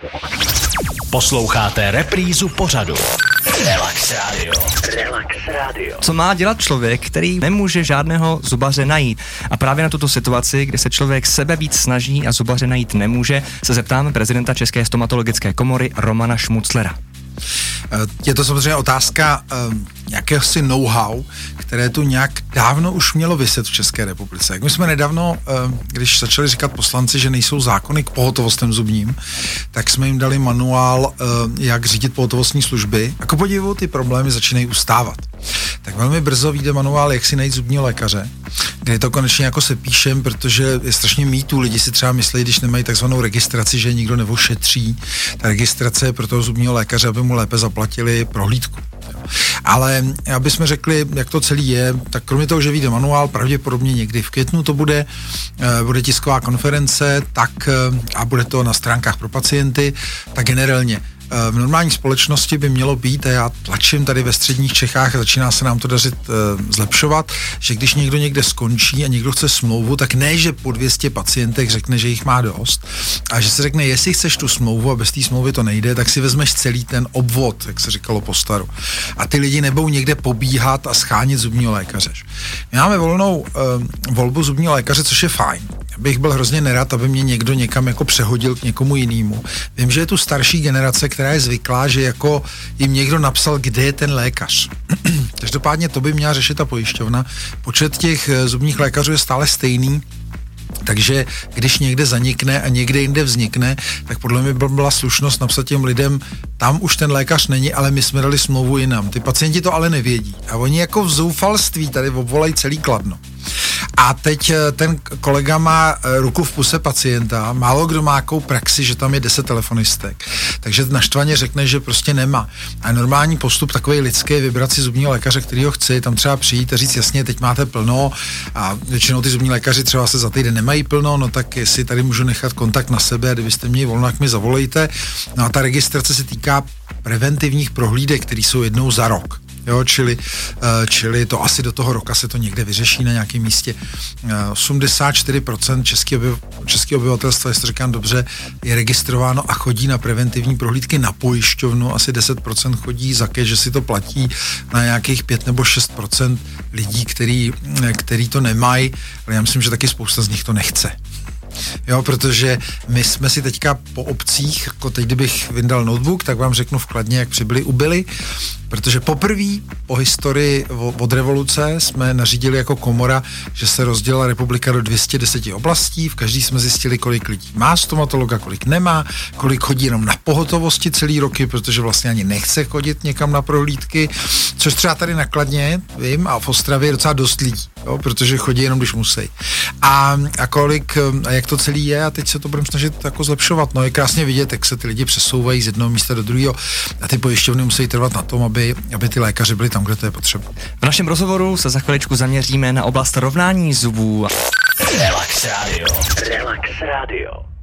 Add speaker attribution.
Speaker 1: Posloucháte reprízu pořadu Relax Radio. Relax Radio.
Speaker 2: Co má dělat člověk, který nemůže žádného zubaře najít? A právě na tuto situaci, kdy se člověk sebe víc snaží a zubaře najít nemůže, se zeptáme prezidenta České stomatologické komory Romana Šmuclera.
Speaker 3: Je to samozřejmě otázka jakéhosi know-how, které tu nějak dávno už mělo viset v České republice. Jak my jsme nedávno, když začali říkat poslanci, že nejsou zákony k pohotovostem zubním, tak jsme jim dali manuál, jak řídit pohotovostní služby. A ku podivu ty problémy začínají ustávat. Tak velmi brzo vyjde manuál, jak si najít zubního lékaře, kde to konečně jako se píšem, protože je strašně mýtů. Lidi si třeba myslí, když nemají takzvanou registraci, že nikdo neošetří. Ta registrace je pro toho zubního lékaře, aby mu lépe zaplatili prohlídku. Ale aby jsme řekli, jak to celý je, tak kromě toho, že vyjde manuál, pravděpodobně někdy v květnu to bude tisková konference, tak a bude to na stránkách pro pacienty, tak generálně v normální společnosti by mělo být, a já tlačím tady ve středních Čechách, začíná se nám to dařit zlepšovat, že když někdo někde skončí a někdo chce smlouvu, tak ne, že po 200 pacientech řekne, že jich má dost, a že se řekne, jestli chceš tu smlouvu a bez té smlouvy to nejde, tak si vezmeš celý ten obvod, jak se říkalo po staru. A ty lidi nebudou někde pobíhat a schánit zubního lékaře. My máme volnou volbu zubního lékaře, což je fajn. Bych byl hrozně nerad, aby mě někdo někam jako přehodil k někomu jinému. Vím, že je tu starší generace, která je zvyklá, že jako jim někdo napsal, kde je ten lékař. Každopádně to by měla řešit ta pojišťovna. Počet těch zubních lékařů je stále stejný, takže když někde zanikne a někde jinde vznikne, tak podle mě byla slušnost napsat těm lidem, tam už ten lékař není, ale my jsme dali smlouvu jinam. Ty pacienti to ale nevědí. A oni jako v zoufalství tady obvolají celý Kladno. A teď ten kolega má ruku v puse pacienta, málo kdo má jakou praxi, že tam je 10 telefonistek. Takže naštvaně řekne, že prostě nemá. A normální postup takový lidský, vybrat si zubního lékaře, který ho chci, tam třeba přijít a říct, jasně, teď máte plno, a většinou ty zubní lékaři třeba se za týden nemají plno, no tak jestli tady můžu nechat kontakt na sebe, a kdybyste měli volno, tak mi zavolejte. No a ta registrace se týká preventivních prohlídek, které jsou jednou za rok. Jo, čili to asi do toho roka se to někde vyřeší na nějakém místě. 84% českého obyvatelstva, jestli to říkám dobře, je registrováno a chodí na preventivní prohlídky na pojišťovnu, asi 10% chodí za cash, že si to platí, na nějakých 5 nebo 6% lidí, který to nemají, ale já myslím, že taky spousta z nich to nechce. Jo, protože my jsme si teďka po obcích, jako teď kdybych vyndal notebook, tak vám řeknu v Kladně, jak ubyli, protože poprvé po historii od revoluce jsme nařídili jako komora, že se rozdělila republika do 210 oblastí, v každý jsme zjistili, kolik lidí má stomatologa, kolik nemá, kolik chodí jenom na pohotovosti celý roky, protože vlastně ani nechce chodit někam na prohlídky, což třeba tady na Kladně, vím, a v Ostravě je docela dost lidí, jo, protože chodí jenom, když musí. A jak to celý je, a teď se to budeme snažit jako zlepšovat. No, je krásně vidět, jak se ty lidi přesouvají z jednoho místa do druhého a ty pojišťovny musí trvat na tom, aby ty lékaři byli tam, kde to je potřeba.
Speaker 2: V našem rozhovoru se za chviličku zaměříme na oblast rovnání zubů.
Speaker 1: Relax Radio. Relax Radio.